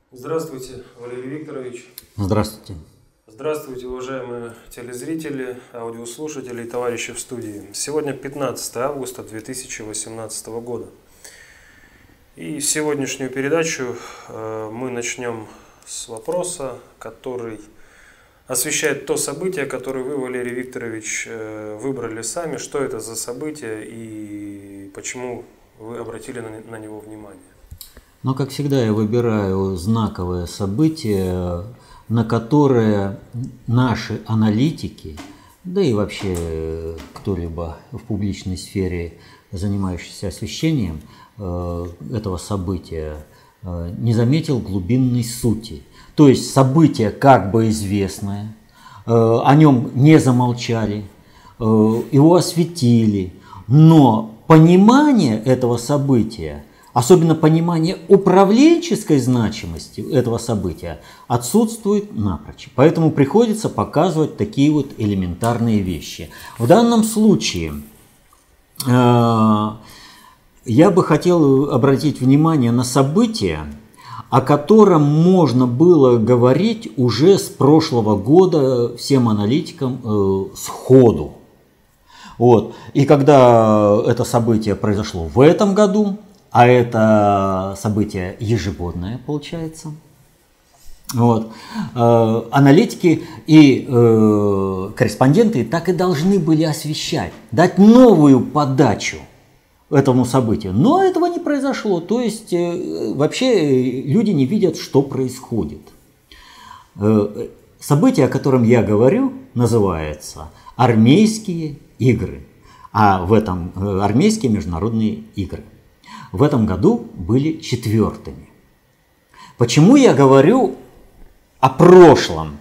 Здравствуйте, Валерий Викторович. Здравствуйте. Здравствуйте, уважаемые телезрители, аудиослушатели и товарищи в студии. Сегодня 15 августа 2018 года. И сегодняшнюю передачу мы начнем с вопроса, который освещает то событие, которое вы, Валерий Викторович, выбрали сами. Что это за событие и почему вы обратили на него внимание? Но, как всегда, я выбираю знаковое событие, на которое наши аналитики, да и вообще кто-либо в публичной сфере, занимающийся освещением этого события, не заметил глубинной сути. То есть событие как бы известное, о нем не замолчали, его осветили, но понимание этого события, особенно понимание управленческой значимости этого события, отсутствует напрочь. Поэтому приходится показывать такие вот элементарные вещи. В данном случае я бы хотел обратить внимание на событие, о котором можно было говорить уже с прошлого года всем аналитикам сходу. Вот. И когда это событие произошло в этом году, а это событие ежегодное, получается. Вот. Аналитики и корреспонденты так и должны были освещать, дать новую подачу этому событию. Но этого не произошло. То есть вообще люди не видят, что происходит. Событие, о котором я говорю, называется «Армейские игры». А в этом армейские международные игры. В этом году были четвертыми. Почему я говорю о прошлом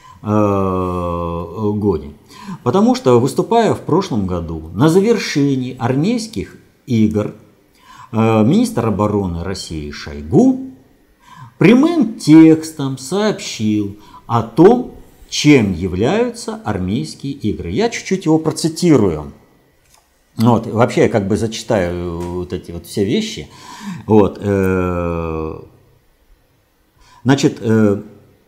годе? Потому что, выступая в прошлом году на завершении армейских игр, министр обороны России Шойгу прямым текстом сообщил о том, чем являются армейские игры. Я чуть-чуть его процитирую. Вот, вообще я как бы зачитаю вот эти вот все вещи. Вот, значит, в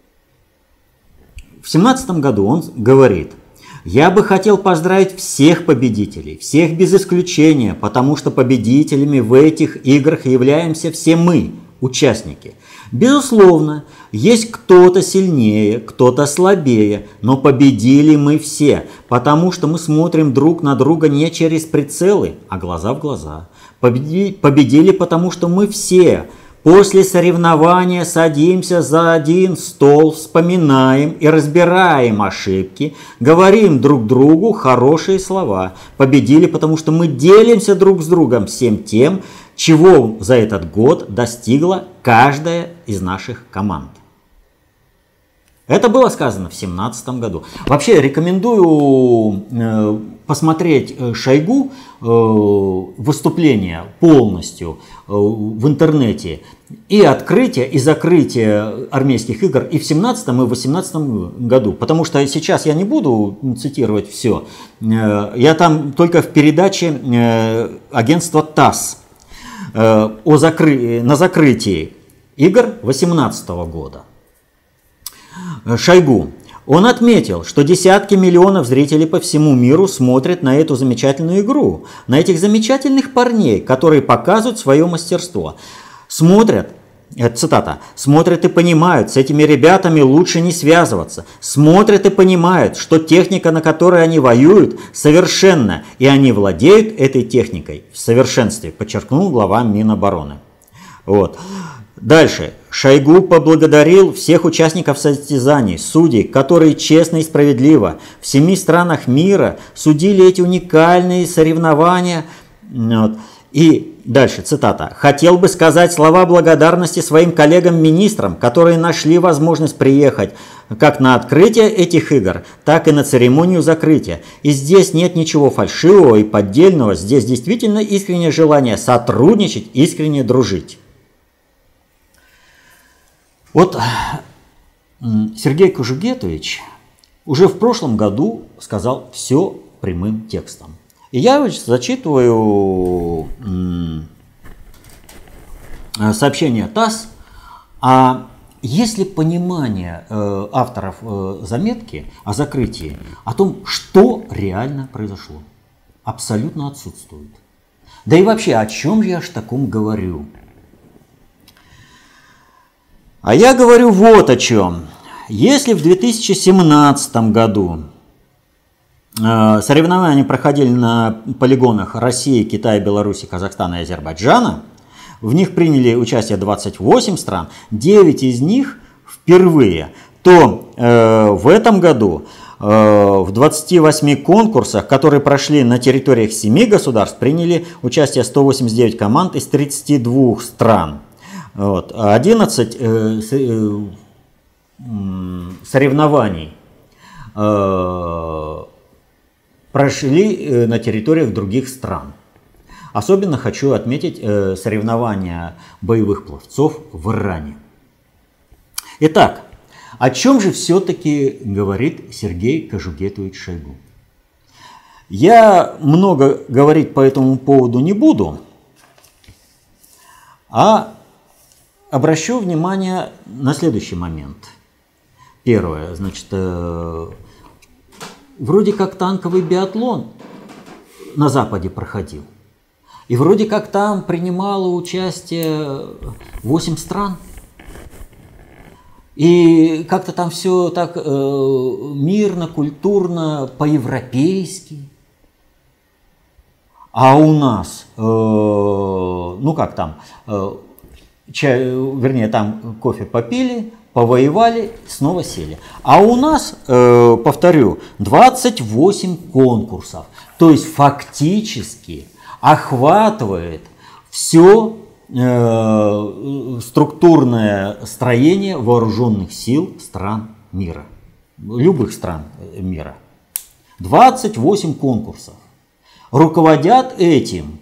2017 году он говорит: «Я бы хотел поздравить всех победителей, всех без исключения, потому что победителями в этих играх являемся все мы, участники. Безусловно, есть кто-то сильнее, кто-то слабее, но победили мы все, потому что мы смотрим друг на друга не через прицелы, а глаза в глаза. Победили, потому что мы все после соревнования садимся за один стол, вспоминаем и разбираем ошибки, говорим друг другу хорошие слова. Победили, потому что мы делимся друг с другом всем тем, чего за этот год достигла каждая из наших команд». Это было сказано в 2017 году. Вообще рекомендую посмотреть Шойгу выступление полностью в интернете, и открытие, и закрытие армейских игр и в 2017, и в 2018 году. Потому что сейчас я не буду цитировать все. Я там только в передаче агентства ТАСС на закрытии игр 2018 года. Шойгу. Он отметил, что десятки миллионов зрителей по всему миру смотрят на эту замечательную игру, на этих замечательных парней, которые показывают свое мастерство. Смотрят, это цитата, «смотрят и понимают, с этими ребятами лучше не связываться. Смотрят и понимают, что техника, на которой они воюют, совершенна, и они владеют этой техникой в совершенстве», подчеркнул глава Минобороны. Вот. Дальше. Шойгу поблагодарил всех участников состязаний, судей, которые честно и справедливо в 7 странах мира судили эти уникальные соревнования. Вот. И дальше, цитата. «Хотел бы сказать слова благодарности своим коллегам-министрам, которые нашли возможность приехать как на открытие этих игр, так и на церемонию закрытия. И здесь нет ничего фальшивого и поддельного, здесь действительно искреннее желание сотрудничать, искренне дружить». Вот Сергей Кожугетович уже в прошлом году сказал все прямым текстом. И я зачитываю сообщение ТАСС о Есть ли понимание авторов заметки о закрытии о том, что реально произошло? Абсолютно отсутствует. Да и вообще, о чем же я ж таком говорю? А я говорю вот о чем. Если в 2017 году соревнования проходили на полигонах России, Китая, Беларуси, Казахстана и Азербайджана, в них приняли участие 28 стран, 9 из них впервые, то в этом году в 28 конкурсах, которые прошли на территориях 7 государств, приняли участие 189 команд из 32 стран. 11 соревнований прошли на территориях других стран. Особенно хочу отметить соревнования боевых пловцов в Иране. Итак, о чем же все-таки говорит Сергей Кожугетович Шойгу? Я много говорить по этому поводу не буду, а обращу внимание на следующий момент. Первое, значит, вроде как танковый биатлон на Западе проходил. И вроде как там принимало участие 8 стран. И как-то там все так мирно, культурно, по-европейски. А у нас, ну как там, вернее, там кофе попили, повоевали, снова сели. А у нас, повторю, 28 конкурсов. То есть фактически охватывает все структурное строение вооруженных сил стран мира. Любых стран мира. 28 конкурсов. Руководят этим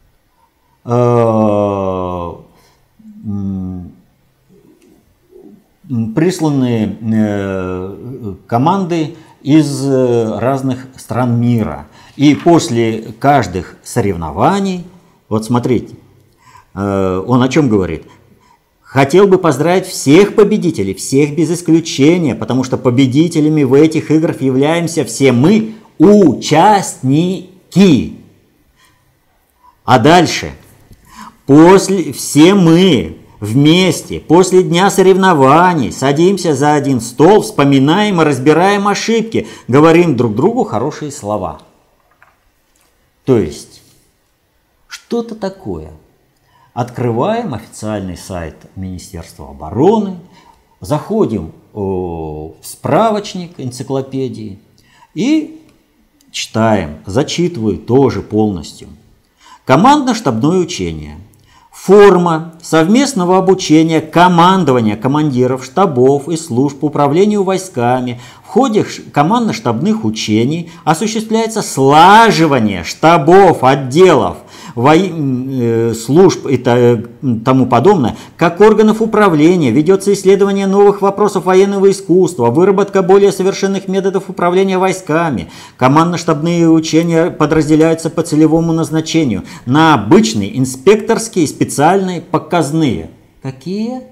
присланные команды из разных стран мира. И после каждых соревнований, вот смотрите, он о чем говорит? Хотел бы поздравить всех победителей, всех без исключения, потому что победителями в этих играх являемся все мы, участники. А дальше, все мы вместе, после дня соревнований, садимся за один стол, вспоминаем и разбираем ошибки, говорим друг другу хорошие слова. То есть, что-то такое. Открываем официальный сайт Министерства обороны, заходим в справочник энциклопедии и читаем, зачитываю тоже полностью. Командно-штабное учение. Форма совместного обучения командования командиров штабов и служб по управлению войсками. В ходе командно-штабных учений осуществляется слаживание штабов, отделов, служб и тому подобное, как органов управления, ведется исследование новых вопросов военного искусства, выработка более совершенных методов управления войсками. Командно-штабные учения подразделяются по целевому назначению на обычные, инспекторские, специальные, показные. Какие?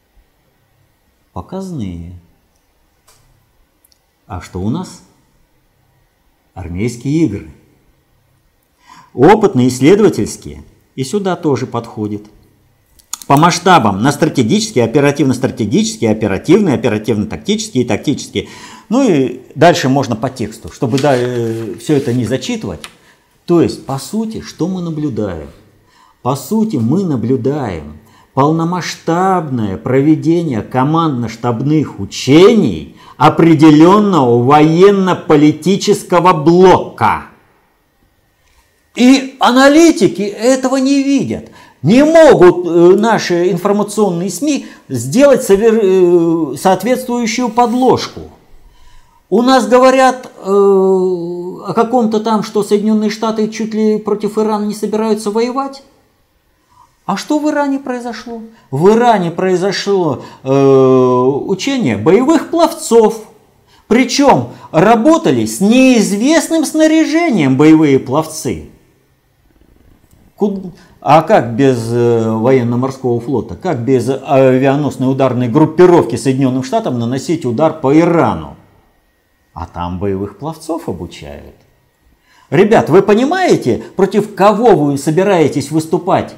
Показные. А что у нас? Армейские игры. Опытные, исследовательские, и сюда тоже подходит. По масштабам на стратегические, оперативно-стратегические, оперативные, оперативно-тактические и тактические. Ну и дальше можно по тексту, чтобы все это не зачитывать. То есть, по сути, что мы наблюдаем? По сути, мы наблюдаем полномасштабное проведение командно-штабных учений определенного военно-политического блока. И аналитики этого не видят. Не могут наши информационные СМИ сделать соответствующую подложку. У нас говорят о каком-то там, что Соединенные Штаты чуть ли против Ирана не собираются воевать. А что в Иране произошло? В Иране произошло учение боевых пловцов. Причем работали с неизвестным снаряжением боевые пловцы. А как без военно-морского флота, как без авианосной ударной группировки Соединенных Штатов наносить удар по Ирану? А там боевых пловцов обучают. Ребят, вы понимаете, против кого вы собираетесь выступать?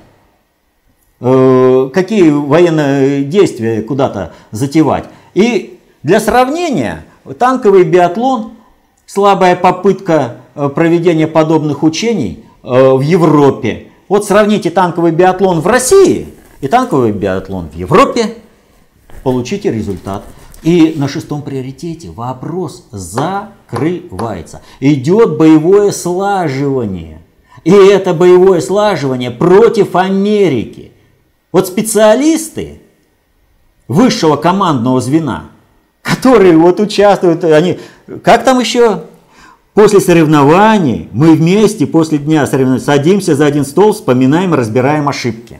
Какие военные действия куда-то затевать? И для сравнения, танковый биатлон, слабая попытка проведения подобных учений в Европе. Вот сравните танковый биатлон в России и танковый биатлон в Европе, получите результат. И на 6-м приоритете вопрос закрывается. Идет боевое слаживание. И это боевое слаживание против Америки. Вот специалисты высшего командного звена, которые вот участвуют, они, как там еще? После соревнований мы вместе после дня соревнований садимся за один стол, вспоминаем, разбираем ошибки.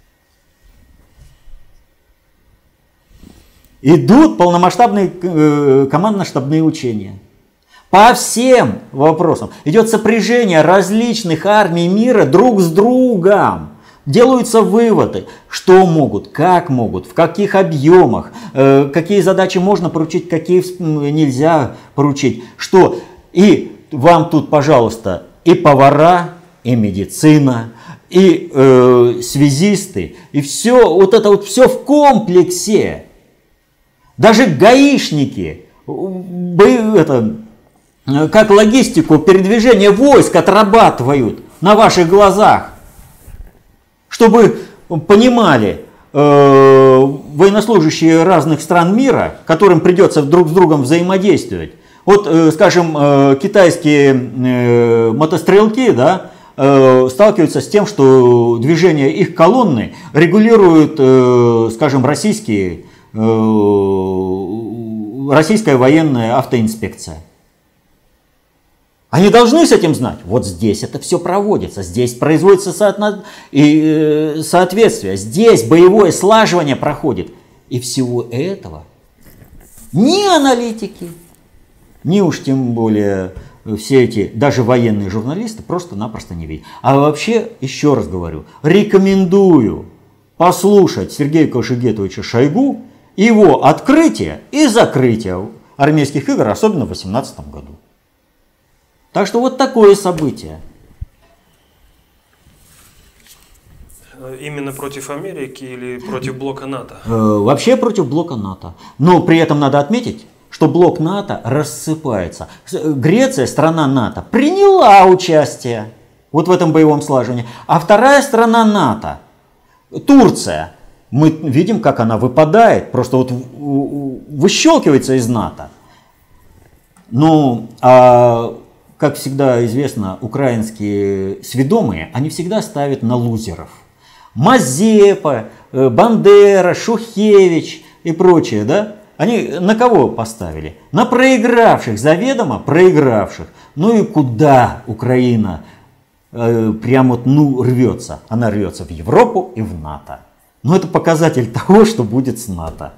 Идут полномасштабные командно-штабные учения. По всем вопросам. Идет сопряжение различных армий мира друг с другом. Делаются выводы, что могут, как могут, в каких объемах, какие задачи можно поручить, какие нельзя поручить. Что и вам тут, пожалуйста, и повара, и медицина, и связисты, и все, вот это вот все в комплексе. Даже гаишники, как логистику передвижения войск отрабатывают на ваших глазах. Чтобы понимали военнослужащие разных стран мира, которым придется друг с другом взаимодействовать. Вот, скажем, китайские мотострелки, да, сталкиваются с тем, что движение их колонны регулирует, скажем, российская военная автоинспекция. Они должны с этим знать. Вот здесь это все проводится, здесь производится соответствие, здесь боевое слаживание проходит. И всего этого ни аналитики, ни уж тем более все эти, даже военные журналисты просто-напросто не видят. А вообще, еще раз говорю, рекомендую послушать Сергея Кошегетовича Шойгу, его открытие и закрытие армейских игр, особенно в 2018 году. Так что вот такое событие. Именно против Америки или против блока НАТО? Вообще против блока НАТО. Но при этом надо отметить, что блок НАТО рассыпается. Греция, страна НАТО, приняла участие вот в этом боевом слаживании. А вторая страна НАТО, Турция, мы видим, как она выпадает, просто вот выщелкивается из НАТО. Ну, как всегда известно, украинские сведомые, они всегда ставят на лузеров. Мазепа, Бандера, Шухевич и прочее, да? Они на кого поставили? На проигравших, заведомо проигравших. Ну и куда Украина прямо вот, рвется? Она рвется в Европу и в НАТО. Но это показатель того, что будет с НАТО.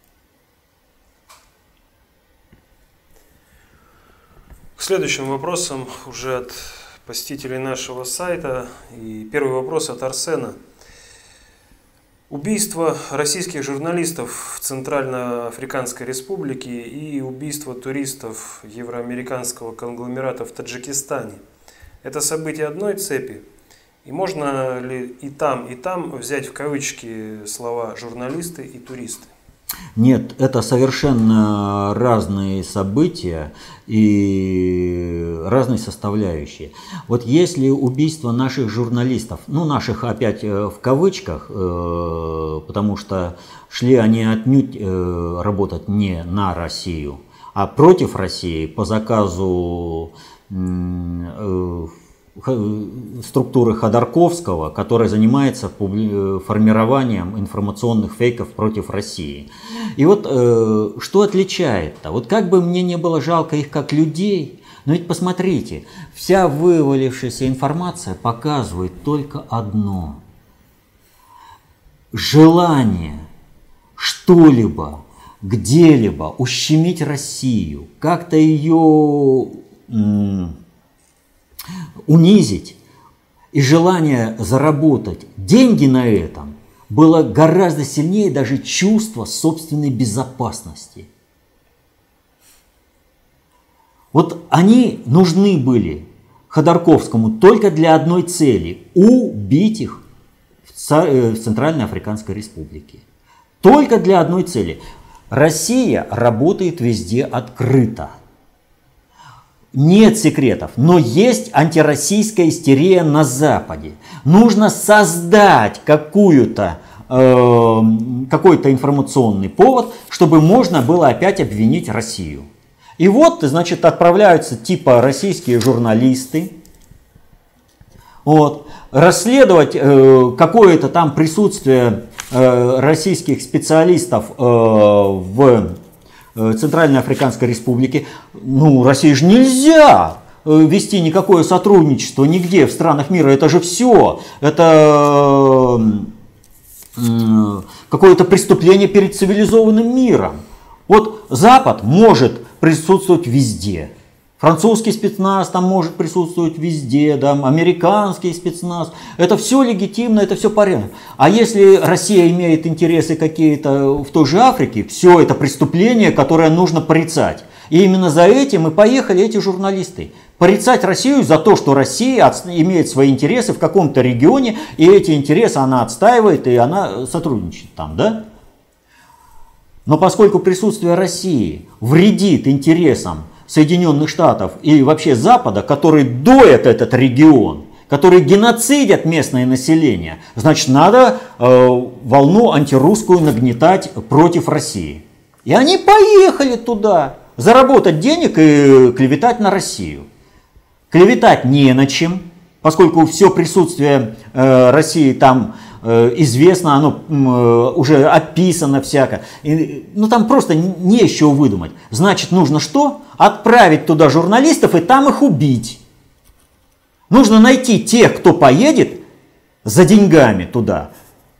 К следующим вопросам уже от посетителей нашего сайта. И первый вопрос от Арсена. Убийство российских журналистов в Центральноафриканской Республике и убийство туристов евроамериканского конгломерата в Таджикистане. Это события одной цепи? И можно ли и там взять в кавычки слова «журналисты» и «туристы»? Нет, это совершенно разные события и разные составляющие. Вот если убийство наших журналистов, ну наших опять в кавычках, потому что шли они отнюдь работать не на Россию, а против России по заказу структуры Ходорковского, которая занимается формированием информационных фейков против России. И вот что отличает-то? Вот как бы мне не было жалко их как людей, но ведь посмотрите, вся вывалившаяся информация показывает только одно. Желание что-либо, где-либо ущемить Россию, как-то ее унизить, и желание заработать деньги на этом было гораздо сильнее даже чувства собственной безопасности. Вот они нужны были Ходорковскому только для одной цели – убить их в Центральной Африканской Республике. Только для одной цели. Россия работает везде открыто. Нет секретов, но есть антироссийская истерия на Западе. Нужно создать какой-то информационный повод, чтобы можно было опять обвинить Россию. И вот, значит, отправляются типа российские журналисты, вот, расследовать какое-то там присутствие российских специалистов в Центральной Африканской Республике. Ну, России же нельзя вести никакое сотрудничество нигде в странах мира. Это же все. Это какое-то преступление перед цивилизованным миром. Вот Запад может присутствовать везде. Французский спецназ там может присутствовать везде, да, американский спецназ. Это все легитимно, это все порядок. А если Россия имеет интересы какие-то в той же Африке, все это преступление, которое нужно порицать. И именно за этим и поехали эти журналисты. Порицать Россию за то, что Россия имеет свои интересы в каком-то регионе, и эти интересы она отстаивает, и она сотрудничает там, да? Но поскольку присутствие России вредит интересам Соединенных Штатов и вообще Запада, которые доят этот регион, которые геноцидят местное население, значит, надо волну антирусскую нагнетать против России. И они поехали туда заработать денег и клеветать на Россию. Клеветать не на чем, поскольку все присутствие России там известно, оно уже описано всяко. Ну там просто не с чего выдумать. Значит, нужно что? Отправить туда журналистов и там их убить. Нужно найти тех, кто поедет за деньгами туда,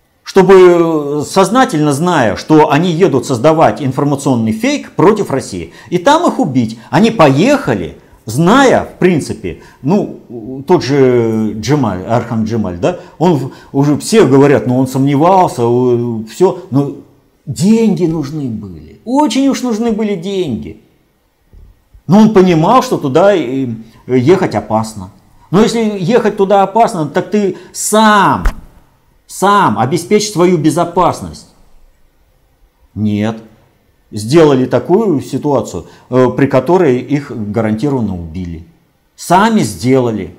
чтобы сознательно зная, что они едут создавать информационный фейк против России, и там их убить. Они поехали, зная, в принципе, ну, тот же Джемаль, Архан Джемаль, да, он уже все говорят, ну, он сомневался, все, но деньги нужны были, очень уж нужны были деньги. Но он понимал, что туда ехать опасно. Но если ехать туда опасно, так ты сам обеспечь свою безопасность. Нет. Сделали такую ситуацию, при которой их гарантированно убили. Сами сделали.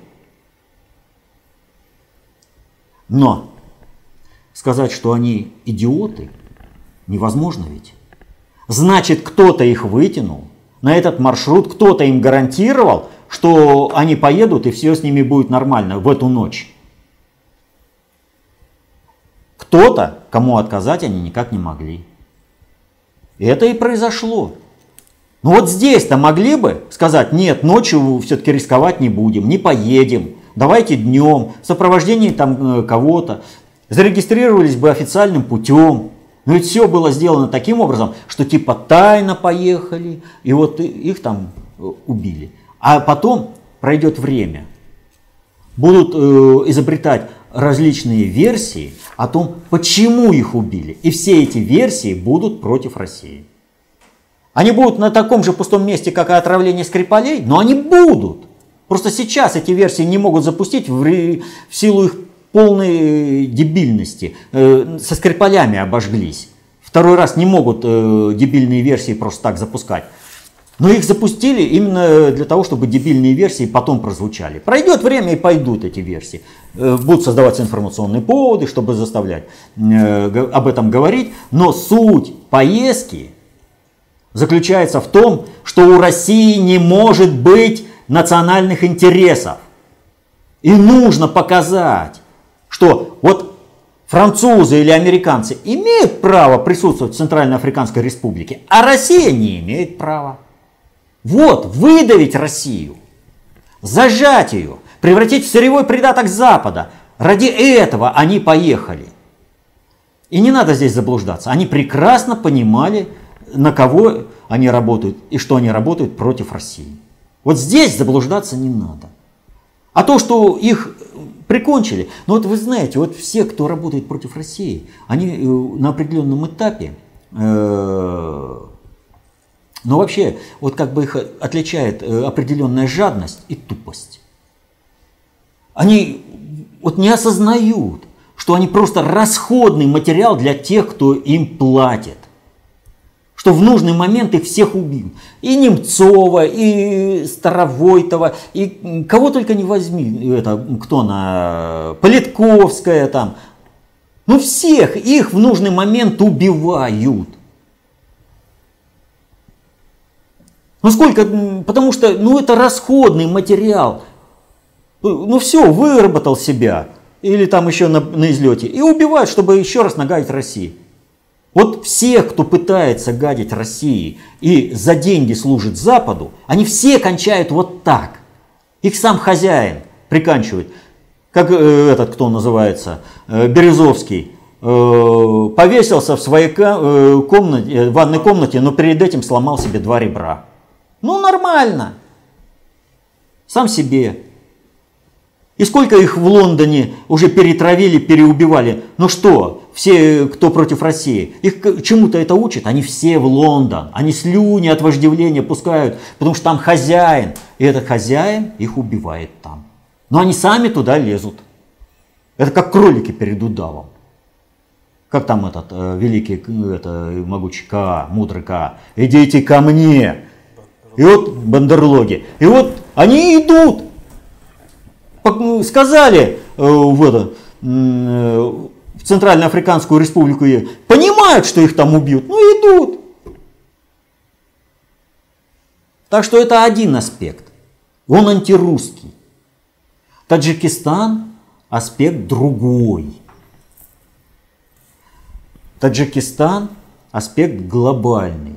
Но сказать, что они идиоты, невозможно ведь. Значит, кто-то их вытянул на этот маршрут, кто-то им гарантировал, что они поедут и все с ними будет нормально в эту ночь. Кто-то, кому отказать они никак не могли. И это и произошло. Но вот здесь-то могли бы сказать, нет, ночью все-таки рисковать не будем, не поедем, давайте днем, в сопровождении там кого-то, зарегистрировались бы официальным путем. Но ведь все было сделано таким образом, что типа тайно поехали, и вот их там убили. А потом пройдет время, будут изобретать различные версии о том, почему их убили. И все эти версии будут против России. Они будут на таком же пустом месте, как и отравление Скрипалей, но они будут. Просто сейчас эти версии не могут запустить в силу их полной дебильности. Со Скрипалями обожглись. Второй раз не могут дебильные версии просто так запускать. Но их запустили именно для того, чтобы дебильные версии потом прозвучали. Пройдет время и пойдут эти версии. Будут создаваться информационные поводы, чтобы заставлять об этом говорить. Но суть поездки заключается в том, что у России не может быть национальных интересов. И нужно показать, что вот французы или американцы имеют право присутствовать в Центральной Африканской Республике, а Россия не имеет права. Вот, выдавить Россию, зажать ее, превратить в сырьевой придаток Запада. Ради этого они поехали. И не надо здесь заблуждаться. Они прекрасно понимали, на кого они работают и что они работают против России. Вот здесь заблуждаться не надо. А то, что их прикончили. Но вот вы знаете, вот все, кто работает против России, они на определенном этапе, но вообще, вот как бы их отличает определенная жадность и тупость. Они вот не осознают, что они просто расходный материал для тех, кто им платит. Что в нужный момент их всех убьют. И Немцова, и Старовойтова, и кого только не возьми. Это, кто она? Политковская там. Ну всех их в нужный момент убивают. Ну сколько? Потому что это расходный материал. Ну все, выработал себя. Или там еще на излете. И убивают, чтобы еще раз нагадить России. Вот всех, кто пытается гадить России и за деньги служит Западу, они все кончают вот так. Их сам хозяин приканчивает. Как этот, кто называется, Березовский, повесился в своей комнате, в ванной комнате, но перед этим сломал себе 2 ребра. Ну нормально. Сам себе. И сколько их в Лондоне уже перетравили, переубивали. Ну что, все, кто против России, их чему-то это учат? Они все в Лондон. Они слюни от вожделения пускают, потому что там хозяин. И этот хозяин их убивает там. Но они сами туда лезут. Это как кролики перед удавом. Как там этот великий, могучий Ка, мудрый Ка. Идите ко мне. И вот бандерлоги. И вот они идут. Сказали в Центральноафриканскую республику, понимают, что их там убьют, но идут. Так что это один аспект. Он антирусский. Таджикистан аспект другой. Таджикистан аспект глобальный.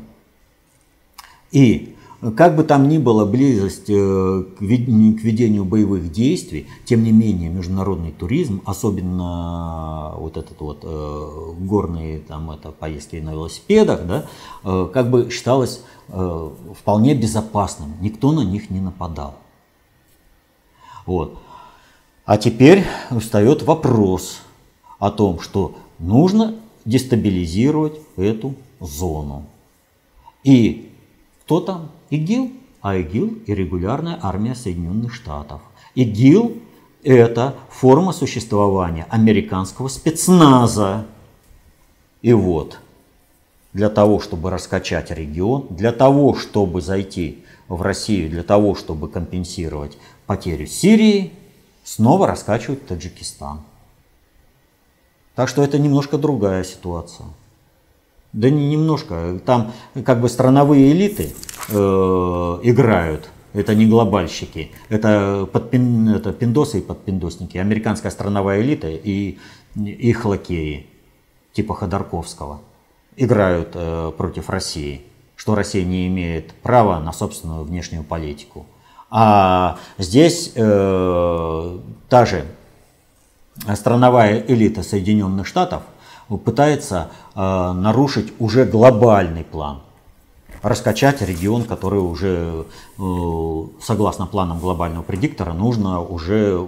И как бы там ни была близость к ведению боевых действий, тем не менее международный туризм, особенно вот этот вот горные там, поездки на велосипедах, да, как бы считалось вполне безопасным. Никто на них не нападал. Вот. А теперь встает вопрос о том, что нужно дестабилизировать эту зону. И кто там? ИГИЛ, а ИГИЛ и регулярная армия Соединенных Штатов. ИГИЛ – это форма существования американского спецназа. И вот, для того, чтобы раскачать регион, для того, чтобы зайти в Россию, для того, чтобы компенсировать потерю Сирии, снова раскачивают Таджикистан. Так что это немножко другая ситуация. Да не немножко, там как бы страновые элиты играют, это не глобальщики, это пиндосы и подпиндосники, американская страновая элита и их лакеи, типа Ходорковского, играют против России, что Россия не имеет права на собственную внешнюю политику. А здесь та же страновая элита Соединенных Штатов пытается нарушить уже глобальный план, раскачать регион, который уже, согласно планам глобального предиктора, нужно уже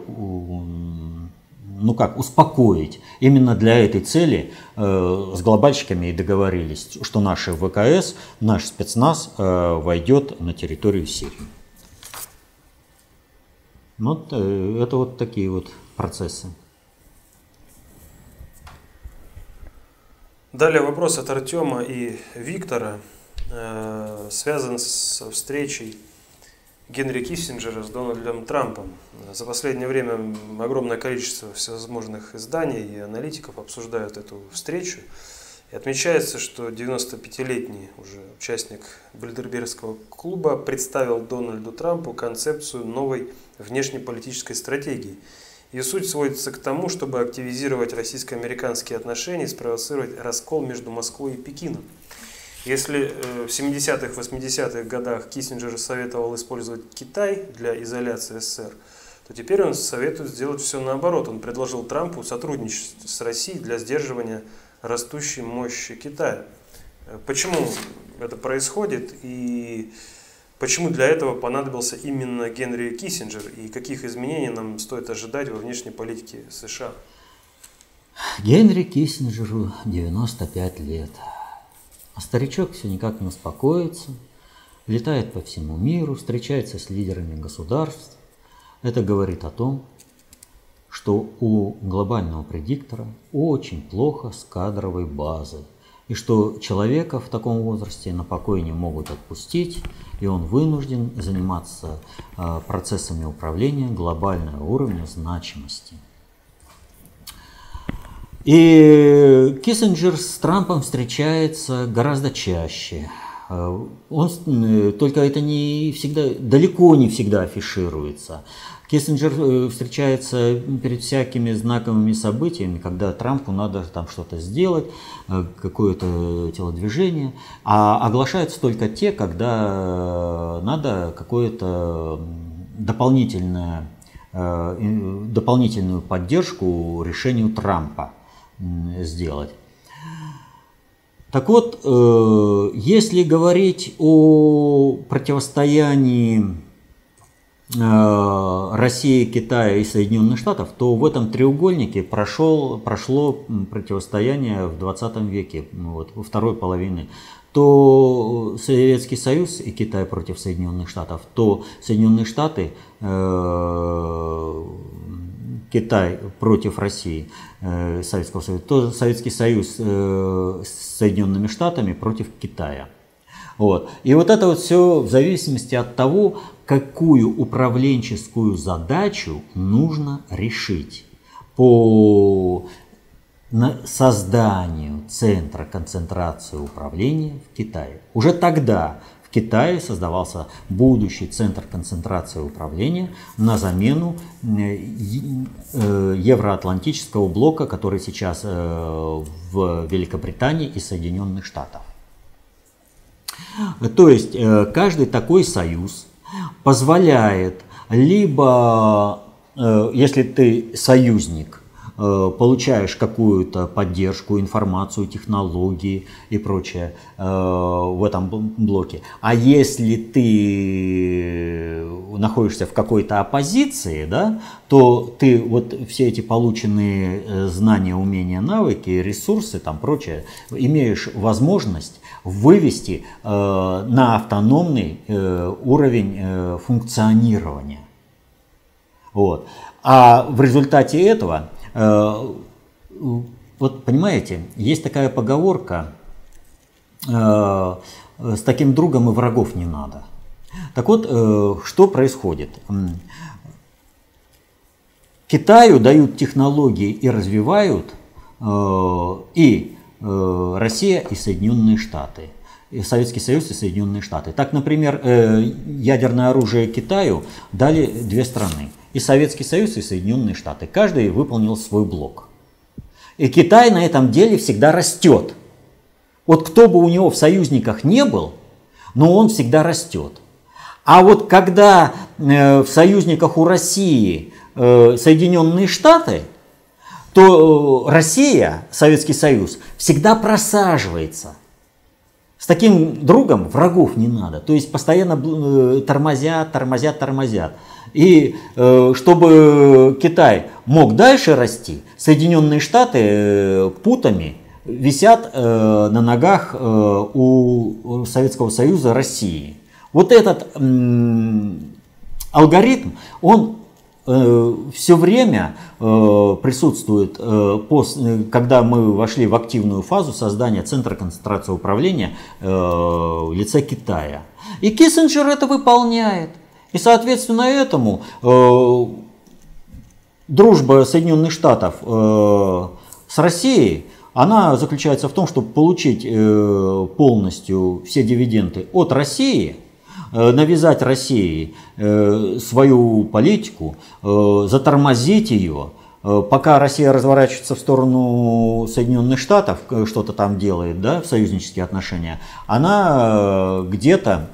успокоить. Именно для этой цели с глобальщиками и договорились, что наши ВКС, наш спецназ войдет на территорию Сирии. Вот это вот такие вот процессы. Далее вопрос от Артема и Виктора связан с встречей Генри Киссинджера с Дональдом Трампом. За последнее время огромное количество всевозможных изданий и аналитиков обсуждают эту встречу. И отмечается, что 95-летний уже участник Бильдербергского клуба представил Дональду Трампу концепцию новой внешнеполитической стратегии. Ее суть сводится к тому, чтобы активизировать российско-американские отношения и спровоцировать раскол между Москвой и Пекином. Если в 70-х, 80-х годах Киссинджер советовал использовать Китай для изоляции СССР, то теперь он советует сделать все наоборот. Он предложил Трампу сотрудничать с Россией для сдерживания растущей мощи Китая. Почему это происходит и Почему для этого понадобился именно Генри Киссинджер и каких изменений нам стоит ожидать во внешней политике США? Генри Киссинджеру 95 лет. А старичок все никак не успокоится, летает по всему миру, встречается с лидерами государств. Это говорит о том, что у глобального предиктора очень плохо с кадровой базой, и что человека в таком возрасте на покой не могут отпустить, и он вынужден заниматься процессами управления глобального уровня значимости. И Киссинджер с Трампом встречается гораздо чаще. Только это не всегда, далеко не всегда афишируется. Киссинджер встречается перед всякими знаковыми событиями, когда Трампу надо там что-то сделать, какое-то телодвижение, а оглашаются только те, когда надо какое-то дополнительную поддержку решению Трампа сделать. Так вот, если говорить о противостоянии России, Китая и Соединенных Штатов, то в этом треугольнике прошло противостояние в 20 веке, вот, во второй половине. То Советский Союз и Китай против Соединенных Штатов, то Соединенные Штаты, Китай против России, Советского Союза, то Советский Союз с Соединенными Штатами против Китая. Вот. И вот это вот все в зависимости от того, какую управленческую задачу нужно решить по созданию центра концентрации управления в Китае. Уже тогда в Китае создавался будущий центр концентрации управления на замену евроатлантического блока, который сейчас в Великобритании и Соединенных Штатах. То есть каждый такой союз позволяет либо, если ты союзник, получаешь какую-то поддержку, информацию, технологии и прочее в этом блоке. А если ты находишься в какой-то оппозиции, да, то ты вот все эти полученные знания, умения, навыки, ресурсы, там прочее, имеешь возможность вывести на автономный уровень функционирования. Вот. А в результате этого, вот понимаете, есть такая поговорка: с таким другом и врагов не надо. Так вот, что происходит? Китаю дают технологии и развивают и Россия и Соединенные Штаты, и Советский Союз и Соединенные Штаты. Так, например, ядерное оружие Китаю дали две страны: и Советский Союз, и Соединенные Штаты. Каждый выполнил свой блок. И Китай на этом деле всегда растет. Вот кто бы у него в союзниках не был, но он всегда растет. А вот когда в союзниках у России Соединенные Штаты, то Россия, Советский Союз, всегда просаживается. С таким другом врагов не надо. То есть постоянно тормозят. И чтобы Китай мог дальше расти, Соединенные Штаты путами висят на ногах у Советского Союза, России. Вот этот алгоритм, он все время присутствует, когда мы вошли в активную фазу создания центра концентрации управления в лице Китая. И Киссинджер это выполняет. И соответственно этому дружба Соединенных Штатов с Россией, она заключается в том, чтобы получить полностью все дивиденды от России, навязать России свою политику, затормозить ее, пока Россия разворачивается в сторону Соединенных Штатов, что-то там делает, да, в союзнические отношения, она где-то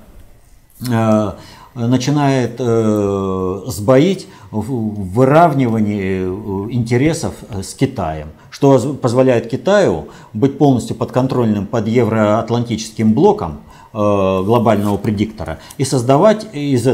начинает сбоить в выравнивании интересов с Китаем, что позволяет Китаю быть полностью подконтрольным под евроатлантическим блоком, глобального предиктора и создавать из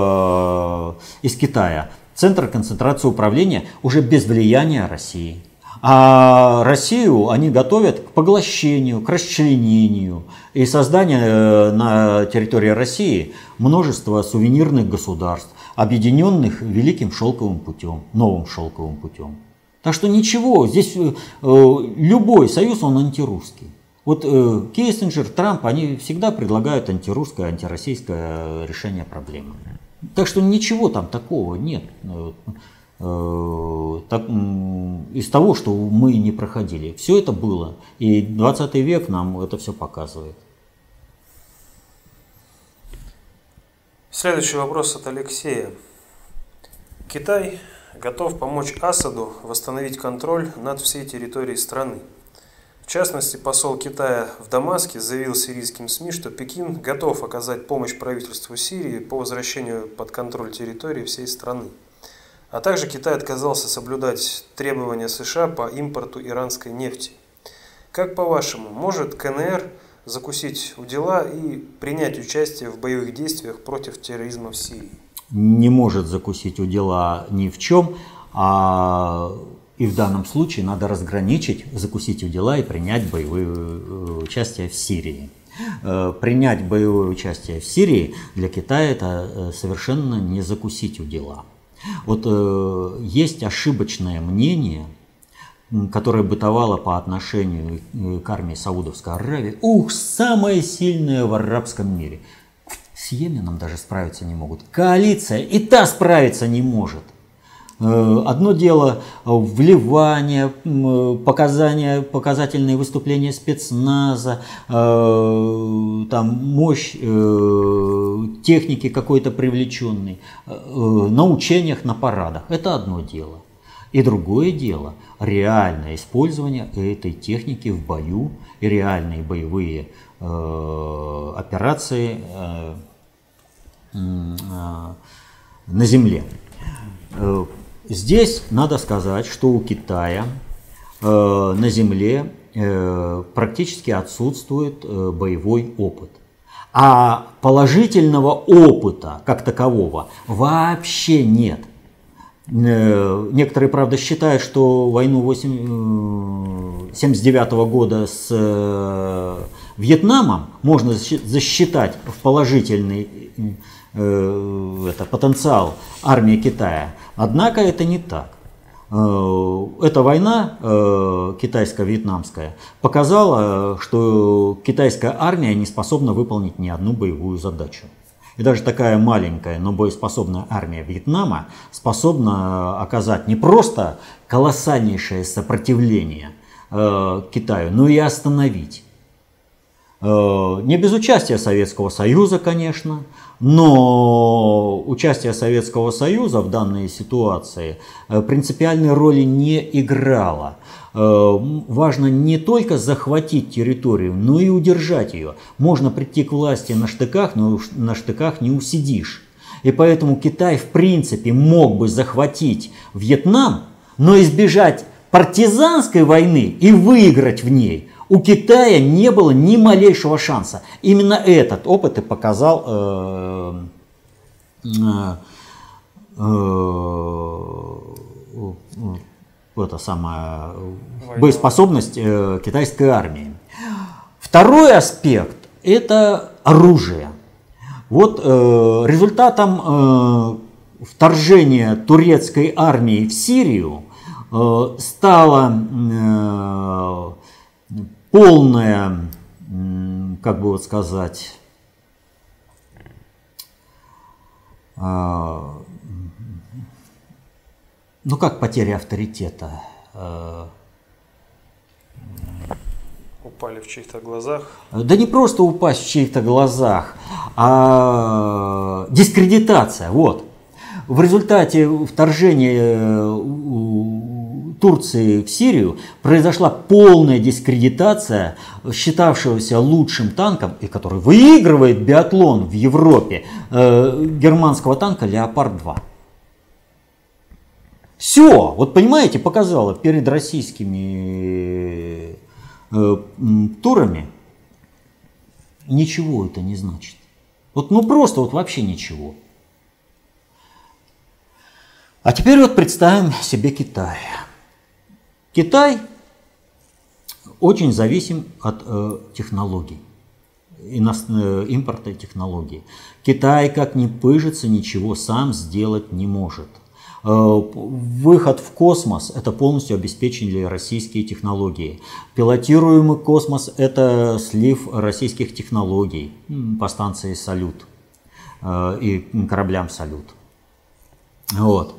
Китая центр концентрации управления уже без влияния России. А Россию они готовят к поглощению, к расчленению и созданию на территории России множества сувенирных государств, объединенных Великим Шелковым путем, новым Шелковым путем. Так что ничего, здесь любой союз, он антирусский. Вот Киссинджер, Трамп, они всегда предлагают антирусское, антироссийское решение проблемы. Так что ничего там такого нет. Из того, что мы не проходили. Все это было. И 20 век нам это все показывает. Следующий вопрос от Алексея. Китай готов помочь Асаду восстановить контроль над всей территорией страны. В частности, посол Китая в Дамаске заявил сирийским СМИ, что Пекин готов оказать помощь правительству Сирии по возвращению под контроль территории всей страны. А также Китай отказался соблюдать требования США по импорту иранской нефти. Как по-вашему, может КНР закусить у дела и принять участие в боевых действиях против терроризма в Сирии? Не может закусить у дела ни в чем, и в данном случае надо разграничить, закусить у дела и принять боевое участие в Сирии. Принять боевое участие в Сирии для Китая это совершенно не закусить у дела. Вот есть ошибочное мнение, которое бытовало по отношению к армии Саудовской Аравии. Самая сильная в арабском мире. С Йеменом даже справиться не могут. Коалиция и та справиться не может. Одно дело вливание, показательные выступления спецназа, там мощь техники какой-то привлеченной, на учениях, на парадах. Это одно дело. И другое дело реальное использование этой техники в бою и реальные боевые операции на земле. Здесь надо сказать, что у Китая на земле практически отсутствует боевой опыт. А положительного опыта как такового вообще нет. Некоторые, правда, считают, что войну 1979 года с Вьетнамом можно засчитать в положительный потенциал армии Китая. Однако это не так. Эта война китайско-вьетнамская показала, что китайская армия не способна выполнить ни одну боевую задачу. И даже такая маленькая, но боеспособная армия Вьетнама способна оказать не просто колоссальнейшее сопротивление Китаю, но и остановить. Не без участия Советского Союза, конечно, но участие Советского Союза в данной ситуации принципиальной роли не играло. Важно не только захватить территорию, но и удержать ее. Можно прийти к власти на штыках, но на штыках не усидишь. И поэтому Китай в принципе мог бы захватить Вьетнам, но избежать партизанской войны и выиграть в ней у Китая не было ни малейшего шанса. Именно этот опыт и показал боеспособность китайской армии. Второй аспект – это оружие. Вот результатом вторжения турецкой армии в Сирию стало полное, как бы вот сказать, как потеря авторитета. Упали в чьих-то глазах? Да не просто упасть в чьих-то глазах, а дискредитация. Вот. В результате вторжения Турции в Сирию произошла полная дискредитация считавшегося лучшим танком, и который выигрывает биатлон в Европе, германского танка «Леопард-2». Все, вот понимаете, показало перед российскими турами Ничего это не значит. Вот, ну просто вот вообще ничего. А теперь вот представим себе Китай. Китай очень зависим от технологий, импорта технологий. Китай, как ни пыжится, ничего сам сделать не может. Выход в космос – это полностью обеспечили российские технологии. Пилотируемый космос – это слив российских технологий по станции «Салют» и кораблям «Салют». Вот.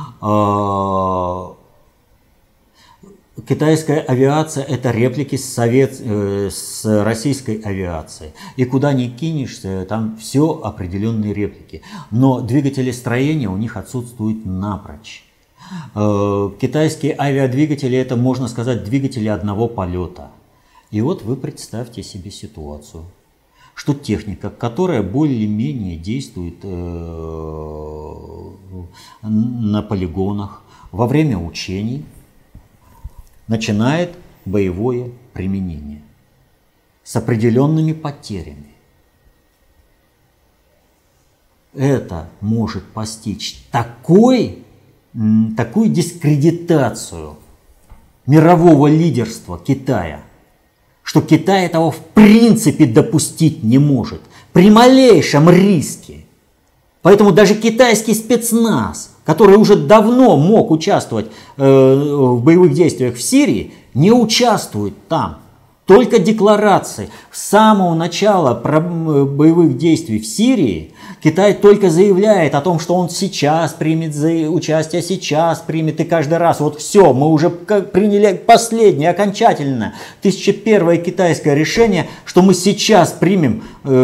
Китайская авиация – это реплики с российской авиацией. И куда ни кинешься, там все определенные реплики. Но двигателестроение у них отсутствует напрочь. Китайские авиадвигатели – это, можно сказать, двигатели одного полета. И вот вы представьте себе ситуацию, что техника, которая более-менее действует на полигонах во время учений, начинает боевое применение с определенными потерями. Это может постичь такую дискредитацию мирового лидерства Китая, что Китай этого в принципе допустить не может при малейшем риске. Поэтому даже китайский спецназ, который уже давно мог участвовать в боевых действиях в Сирии, не участвует там. Только декларации. С самого начала боевых действий в Сирии Китай только заявляет о том, что он сейчас примет участие, сейчас примет, и каждый раз вот все, мы уже приняли последнее, окончательное 1001 китайское решение, что мы сейчас примем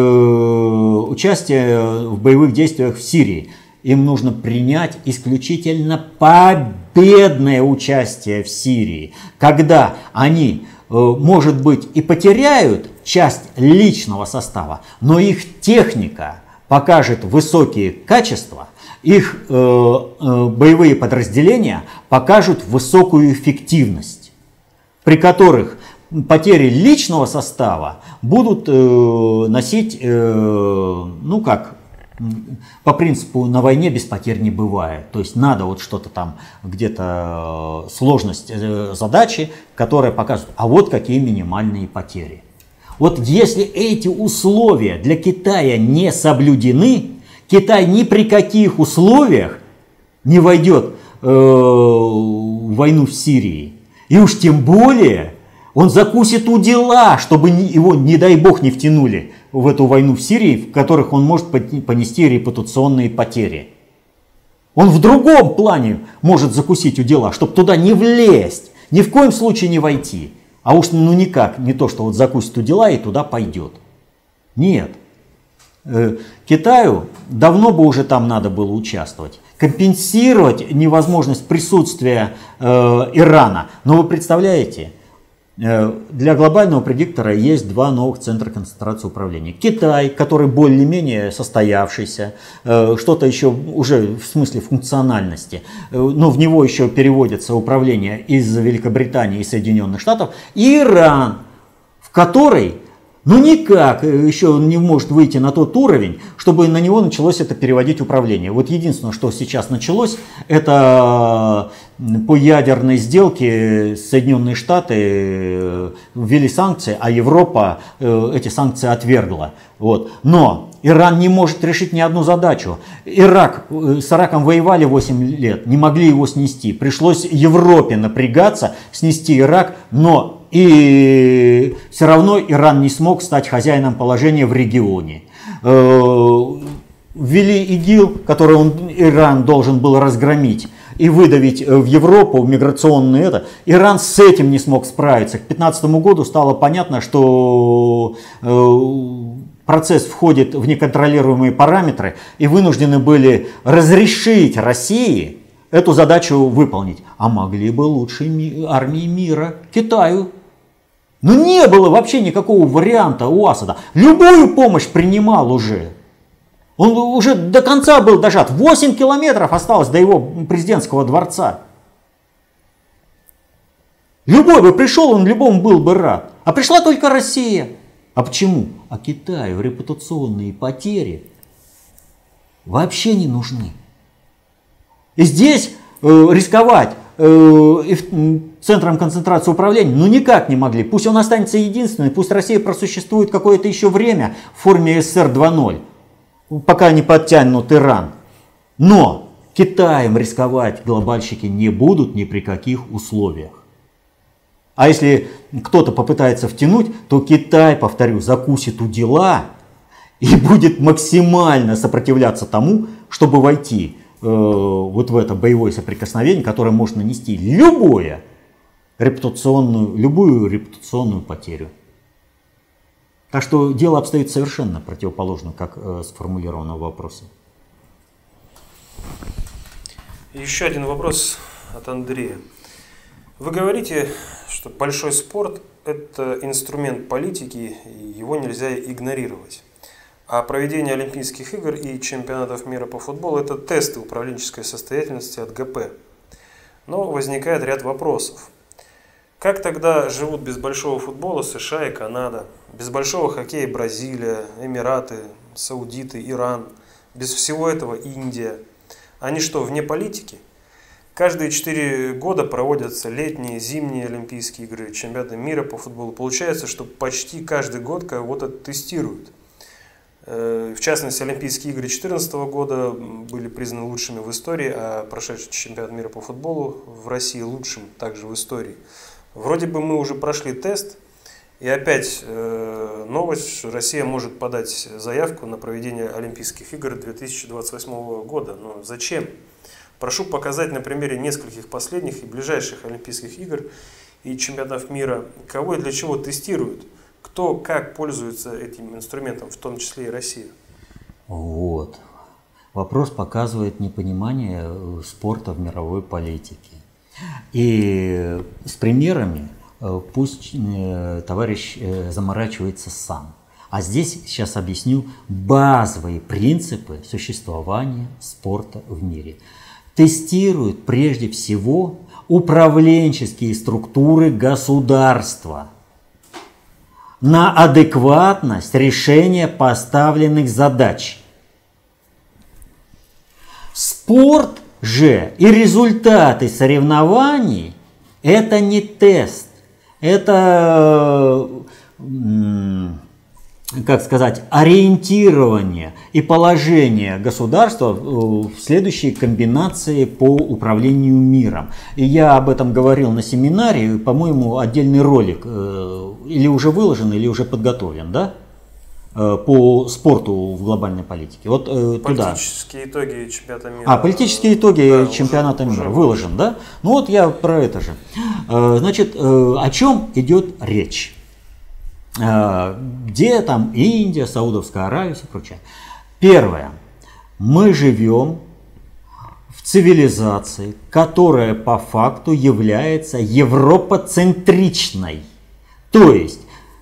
участие в боевых действиях в Сирии. Им нужно принять исключительно победное участие в Сирии, когда они, может быть, и потеряют часть личного состава, но их техника покажет высокие качества, их боевые подразделения покажут высокую эффективность, при которых потери личного состава будут носить, ну как, по принципу на войне без потерь не бывает. То есть надо вот что-то там, где-то сложность задачи, которая показывает, а вот какие минимальные потери. Вот если эти условия для Китая не соблюдены, Китай ни при каких условиях не войдет в войну в Сирии. И уж тем более он закусит у дела, чтобы его, не дай бог, не втянули в эту войну в Сирии, в которых он может понести репутационные потери. Он в другом плане может закусить у дела, чтобы туда не влезть, ни в коем случае не войти. А уж ну никак, не то, что вот закусит у дела и туда пойдет. Нет. Китаю давно бы уже там надо было участвовать. Компенсировать невозможность присутствия Ирана. Но вы представляете, для глобального предиктора есть два новых центра концентрации управления. Китай, который более-менее состоявшийся, что-то еще уже в смысле функциональности, но в него еще переводится управление из Великобритании и Соединенных Штатов, и Иран, в который ну никак еще не может выйти на тот уровень, чтобы на него началось это переводить управление. Вот единственное, что сейчас началось, это по ядерной сделке Соединенные Штаты ввели санкции, а Европа эти санкции отвергла. Вот. Но Иран не может решить ни одну задачу. Ирак с Ираком воевали 8 лет, не могли его снести. Пришлось Европе напрягаться, снести Ирак, но и все равно Иран не смог стать хозяином положения в регионе. Ввели ИГИЛ, который Иран должен был разгромить и выдавить в Европу миграционные это. Иран с этим не смог справиться. К 2015 году стало понятно, что процесс входит в неконтролируемые параметры, и вынуждены были разрешить России эту задачу выполнить. А могли бы лучшие армии мира Китаю. Но не было вообще никакого варианта у Асада. Любую помощь принимал уже. Он уже до конца был дожат. 8 километров осталось до его президентского дворца. Любой бы пришел, он любому был бы рад. А пришла только Россия. А почему? А Китаю репутационные потери вообще не нужны. И здесь рисковать центром концентрации управления никак не могли. Пусть он останется единственным, пусть Россия просуществует какое-то еще время в форме СССР 2.0, пока не подтянут Иран. Но Китаем рисковать глобальщики не будут ни при каких условиях. А если кто-то попытается втянуть, то Китай, повторю, закусит у дела и будет максимально сопротивляться тому, чтобы войти вот в это боевое соприкосновение, которое может нанести любую репутационную потерю. Так что дело обстоит совершенно противоположно, как сформулировано в вопросе. Еще один вопрос от Андрея. Вы говорите, что большой спорт – это инструмент политики, и его нельзя игнорировать. А проведение Олимпийских игр и чемпионатов мира по футболу – это тесты управленческой состоятельности от ГП. Но возникает ряд вопросов. Как тогда живут без большого футбола США и Канада, без большого хоккея Бразилия, Эмираты, Саудиты, Иран, без всего этого Индия? Они что, вне политики? Каждые 4 года проводятся летние, зимние Олимпийские игры, чемпионаты мира по футболу. Получается, что почти каждый год кого-то тестируют. В частности, Олимпийские игры 2014 года были признаны лучшими в истории, а прошедший чемпионат мира по футболу в России лучшим также в истории. Вроде бы мы уже прошли тест, и опять новость, что Россия может подать заявку на проведение Олимпийских игр 2028 года. Но зачем? Прошу показать на примере нескольких последних и ближайших Олимпийских игр и чемпионатов мира, кого и для чего тестируют. Кто как пользуется этим инструментом, в том числе и Россия? Вот. Вопрос показывает непонимание спорта в мировой политике. И с примерами пусть товарищ заморачивается сам. А здесь сейчас объясню базовые принципы существования спорта в мире. Тестируют прежде всего управленческие структуры государства на адекватность решения поставленных задач. Спорт же и результаты соревнований – это не тест, это, как сказать, ориентирование и положение государства в следующей комбинации по управлению миром. И я об этом говорил на семинаре, по-моему, отдельный ролик или уже выложен, или уже подготовлен, да? По спорту в глобальной политике. Вот политические итоги чемпионата мира. Политические итоги чемпионата мира выложен, да? Ну вот я про это же. Значит, о чем идет речь? Где там Индия, Саудовская Аравия и все прочее. Первое. Мы живем в цивилизации, которая по факту является европоцентричной. То есть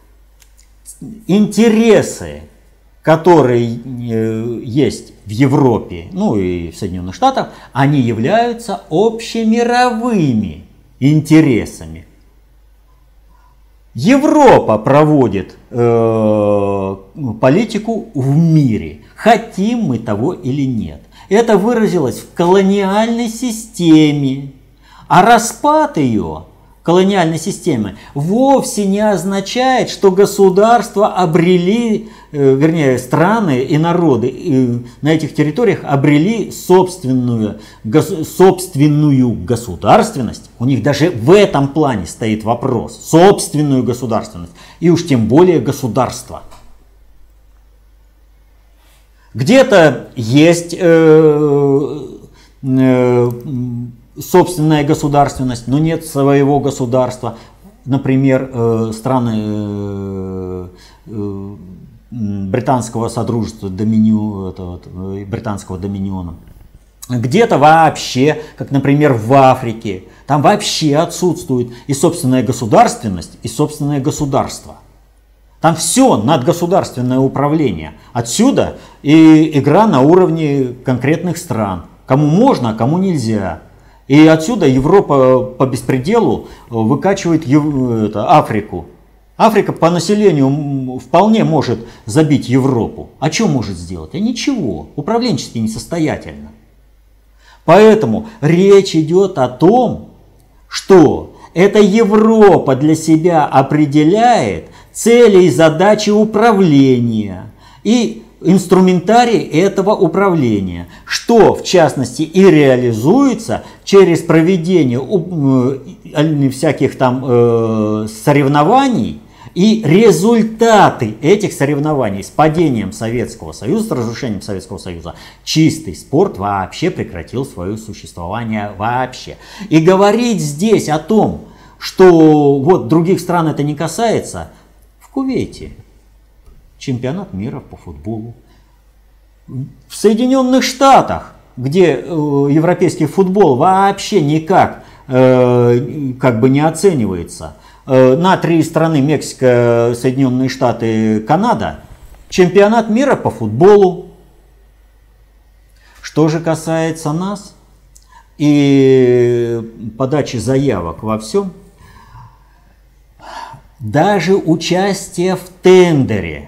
интересы, которые есть в Европе, ну и в Соединенных Штатах, они являются общемировыми интересами. Европа проводит политику в мире, хотим мы того или нет. Это выразилось в колониальной системе, а распад ее, колониальной системы, вовсе не означает, что государства обрели, вернее, страны и народы на этих территориях обрели собственную государственность. У них даже в этом плане стоит вопрос. Собственную государственность. И уж тем более государство. Где-то есть собственная государственность, но нет своего государства. Например, страны британского содружества, британского доминиона. Где-то вообще, как, например, в Африке, там вообще отсутствует и собственная государственность, и собственное государство. Там все надгосударственное управление. Отсюда и игра на уровне конкретных стран. Кому можно, а кому нельзя. И отсюда Европа по беспределу выкачивает Африку. Африка по населению вполне может забить Европу. А что может сделать? А ничего. Управленчески несостоятельно. Поэтому речь идет о том, что эта Европа для себя определяет цели и задачи управления и инструментарий этого управления, что в частности и реализуется через проведение всяких там соревнований, и результаты этих соревнований с падением Советского Союза, с разрушением Советского Союза, чистый спорт вообще прекратил свое существование вообще. И говорить здесь о том, что вот других стран это не касается, в Кувейте чемпионат мира по футболу. В Соединенных Штатах, где европейский футбол вообще никак как бы не оценивается, на 3 страны: Мексика, Соединенные Штаты, Канада, чемпионат мира по футболу. Что же касается нас и подачи заявок во всем, даже участие в тендере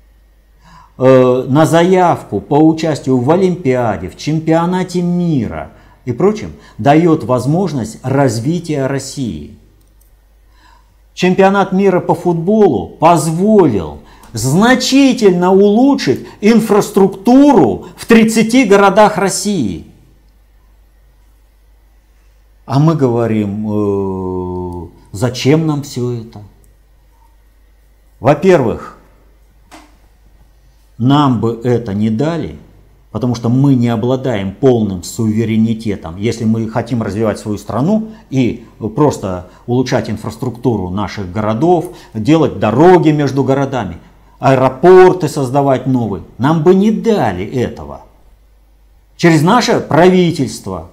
на заявку по участию в Олимпиаде, в чемпионате мира и прочем дает возможность развития России. Чемпионат мира по футболу позволил значительно улучшить инфраструктуру в 30 городах России. А мы говорим, зачем нам все это? Во-первых, нам бы это не дали, потому что мы не обладаем полным суверенитетом. Если мы хотим развивать свою страну и просто улучшать инфраструктуру наших городов, делать дороги между городами, аэропорты создавать новые, нам бы не дали этого. Через наше правительство,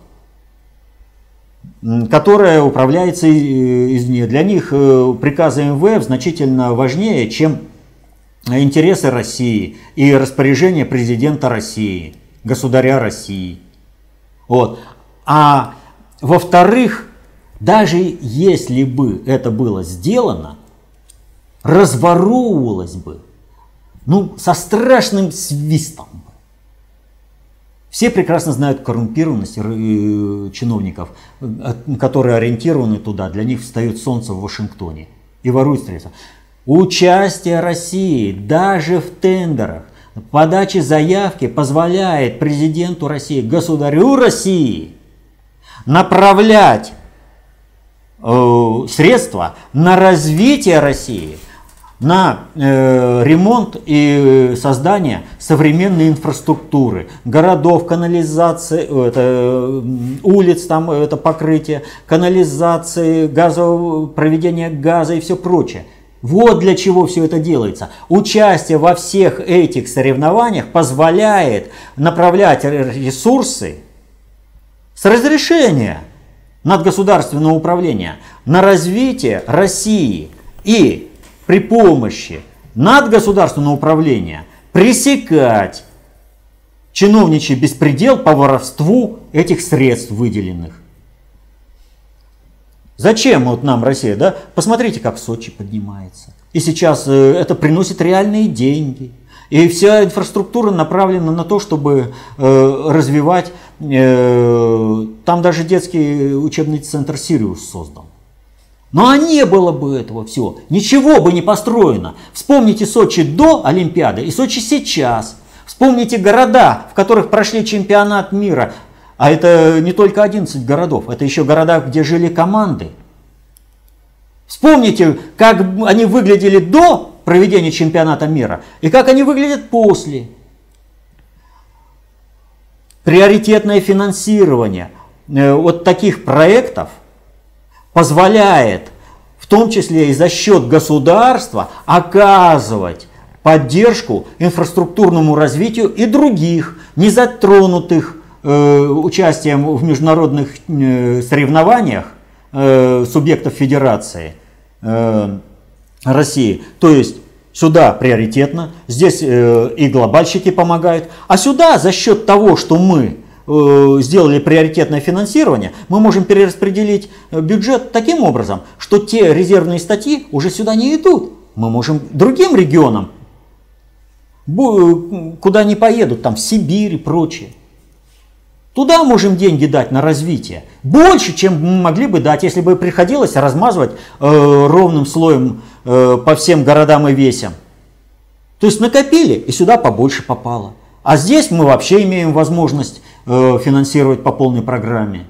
которое управляется извне. Для них приказы МВФ значительно важнее, чем интересы России и распоряжение президента России, государя России. Вот. А во-вторых, даже если бы это было сделано, разворовывалось бы со страшным свистом. Все прекрасно знают коррумпированность чиновников, которые ориентированы туда. Для них встает солнце в Вашингтоне и воруют средства. Участие России даже в тендерах, подача заявки позволяет президенту России, государю России направлять средства на развитие России, на ремонт и создание современной инфраструктуры, городов, канализации, улиц, там это покрытие, канализации, проведение газа и все прочее. Вот для чего все это делается. Участие во всех этих соревнованиях позволяет направлять ресурсы с разрешения надгосударственного управления на развитие России и при помощи надгосударственного управления пресекать чиновничий беспредел по воровству этих средств выделенных. Зачем вот нам Россия, да? Посмотрите, как Сочи поднимается. И сейчас это приносит реальные деньги. И вся инфраструктура направлена на то, чтобы развивать. Там даже детский учебный центр «Сириус» создан. Но не было бы этого всего, ничего бы не построено. Вспомните Сочи до Олимпиады и Сочи сейчас. Вспомните города, в которых прошли чемпионат мира. А это не только 11 городов, это еще города, где жили команды. Вспомните, как они выглядели до проведения чемпионата мира и как они выглядят после. Приоритетное финансирование вот таких проектов позволяет, в том числе и за счет государства, оказывать поддержку инфраструктурному развитию и других, не затронутых участием в международных соревнованиях субъектов Федерации России. То есть сюда приоритетно, здесь и глобальщики помогают, а сюда за счет того, что мы сделали приоритетное финансирование, мы можем перераспределить бюджет таким образом, что те резервные статьи уже сюда не идут. мы можем другим регионам, куда не поедут, там в Сибирь и прочее. Туда можем деньги дать на развитие. Больше, чем мы могли бы дать, если бы приходилось размазывать ровным слоем по всем городам и весям. То есть накопили, и сюда побольше попало. А здесь мы вообще имеем возможность финансировать по полной программе.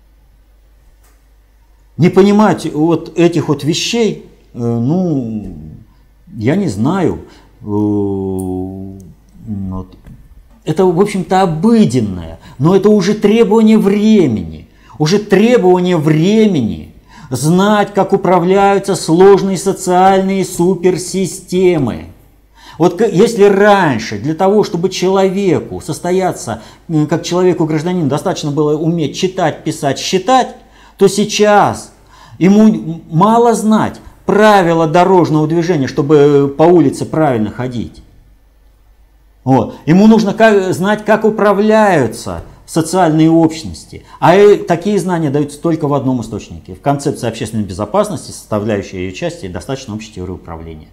Не понимать вот этих вот вещей, ну, я не знаю. Вот. Это, в общем-то, обыденное, но это уже требование времени. Уже требование времени знать, как управляются сложные социальные суперсистемы. Вот если раньше для того, чтобы человеку состояться, как человеку-гражданину, достаточно было уметь читать, писать, считать, то сейчас ему мало знать правила дорожного движения, чтобы по улице правильно ходить. Вот. Ему нужно знать, как управляются социальные общности. А такие знания даются только в одном источнике. В концепции общественной безопасности, составляющей ее части, достаточно общей теории управления.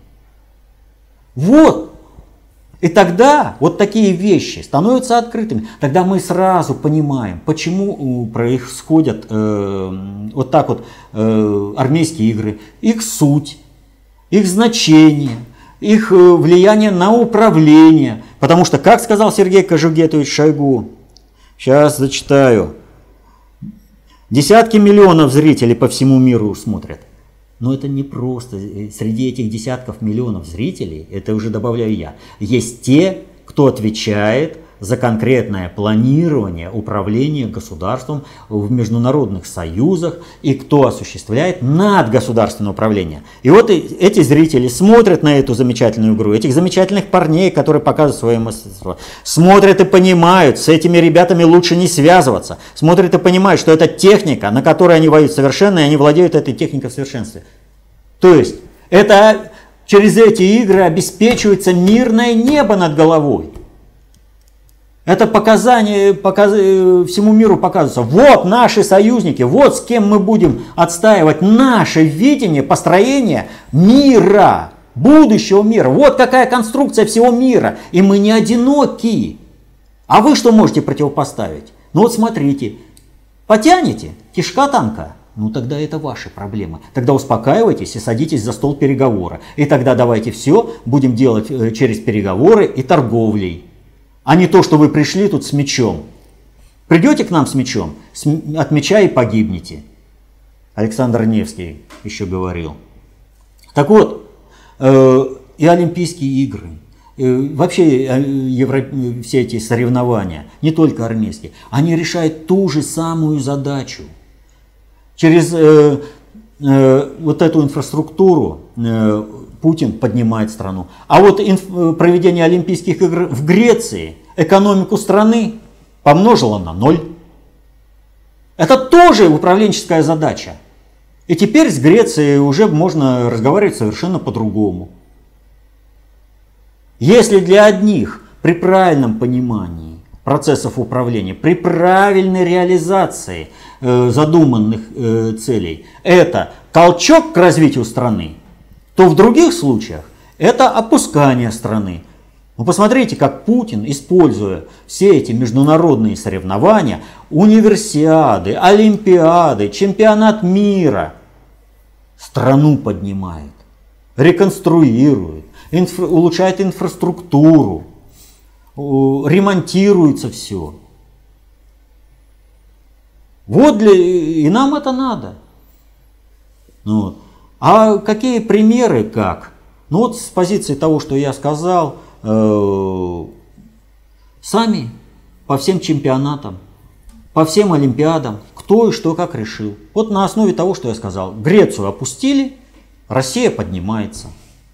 Вот. И тогда вот такие вещи становятся открытыми. Тогда мы сразу понимаем, почему происходят вот так вот армейские игры, их суть, их значение, их влияние на управление. Потому что, как сказал Сергей Кожугетович Шойгу, сейчас зачитаю, десятки миллионов зрителей по всему миру смотрят. Но это не просто. Среди этих десятков миллионов зрителей, это уже добавляю я, есть те, кто отвечает за конкретное планирование, управление государством в международных союзах и кто осуществляет надгосударственное управление. И вот эти зрители смотрят на эту замечательную игру, этих замечательных парней, которые показывают свое мастерство, смотрят и понимают, с этими ребятами лучше не связываться, смотрят и понимают, что это техника, на которой они воюют совершенно, и они владеют этой техникой в совершенстве. То есть это через эти игры обеспечивается мирное небо над головой. Это показание, всему миру показывается. Вот наши союзники, вот с кем мы будем отстаивать наше видение построения мира, будущего мира. Вот какая конструкция всего мира. И мы не одиноки. А вы что можете противопоставить? Ну вот смотрите, потянете кишка танка. Ну тогда это ваши проблемы. Тогда успокаивайтесь и садитесь за стол переговора. И тогда давайте все будем делать через переговоры и торговлей. А не то, что вы пришли тут с мечом. Придете к нам с мечом, от меча и погибнете. Александр Невский еще говорил. Так вот, и Олимпийские игры, вообще все эти соревнования, не только армейские, они решают ту же самую задачу. Через вот эту инфраструктуру Путин поднимает страну. А вот проведение Олимпийских игр в Греции экономику страны помножило на 0. Это тоже управленческая задача. И теперь с Грецией уже можно разговаривать совершенно по-другому. Если для одних при правильном понимании процессов управления, при правильной реализации задуманных целей это толчок к развитию страны, то в других случаях это опускание страны. Ну, посмотрите, как Путин, используя все эти международные соревнования, универсиады, олимпиады, чемпионат мира, страну поднимает, реконструирует, улучшает инфраструктуру, ремонтируется все. Вот и нам это надо. Вот. А какие примеры как? Ну вот с позиции того, что я сказал, сами по всем чемпионатам, по всем олимпиадам, кто и что как решил. Вот на основе того, что я сказал. Грецию опустили, Россия поднимается.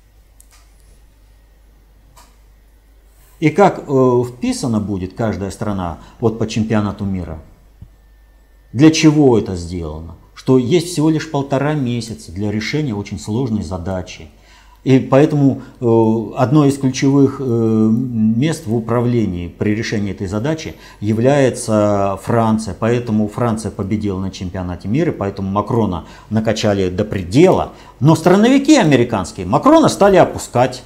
И как вписана будет каждая страна вот по чемпионату мира? Для чего это сделано? Что есть всего лишь 1,5 месяца для решения очень сложной задачи. И поэтому одно из ключевых мест в управлении при решении этой задачи является Франция. Поэтому Франция победила на чемпионате мира, поэтому Макрона накачали до предела. Но страновики американские Макрона стали опускать.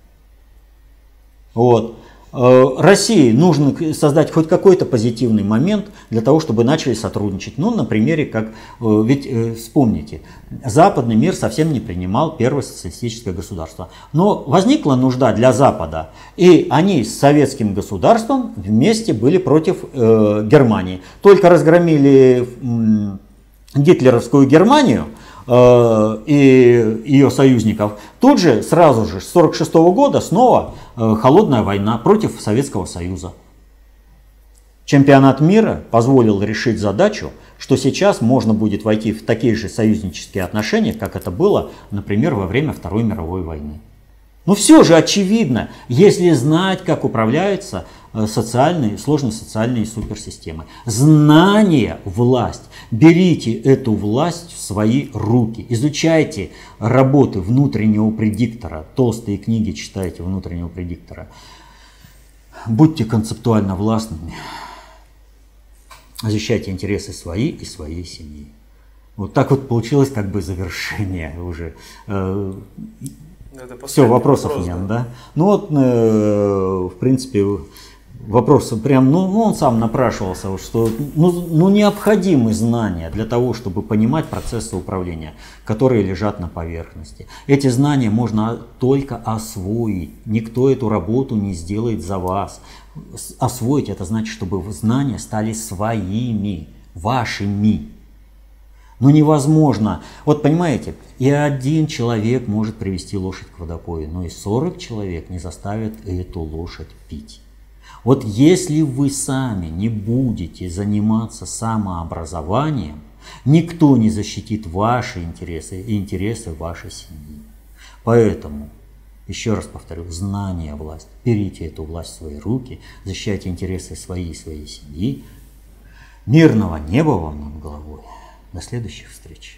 Вот. России нужно создать хоть какой-то позитивный момент для того, чтобы начали сотрудничать. Ну, на примере, как, ведь вспомните, западный мир совсем не принимал первое социалистическое государство. Но возникла нужда для Запада, и они с советским государством вместе были против Германии. Только разгромили гитлеровскую Германию и ее союзников, тут же, сразу же, с 1946 года снова холодная война против Советского Союза. Чемпионат мира позволил решить задачу, что сейчас можно будет войти в такие же союзнические отношения, как это было, например, во время Второй мировой войны. Но все же очевидно, если знать, как управляются сложные социальные суперсистемы. Знание – власть. Берите эту власть в свои руки. Изучайте работы внутреннего предиктора. Толстые книги читайте внутреннего предиктора. Будьте концептуально властными. Защищайте интересы свои и своей семьи. Вот так вот получилось как бы завершение уже. Все, вопросов нет, да? Ну вот, в принципе, вопрос прям, он сам напрашивался, что необходимы знания для того, чтобы понимать процессы управления, которые лежат на поверхности. Эти знания можно только освоить. Никто эту работу не сделает за вас. Освоить — это значит, чтобы знания стали своими, вашими. Но невозможно. Вот понимаете, и один человек может привести лошадь к водопою, но и 40 человек не заставят эту лошадь пить. Вот если вы сами не будете заниматься самообразованием, никто не защитит ваши интересы и интересы вашей семьи. Поэтому, еще раз повторю, знание – власть. Берите эту власть в свои руки, защищайте интересы своей и своей семьи. Мирного неба вам над головой. До следующих встреч.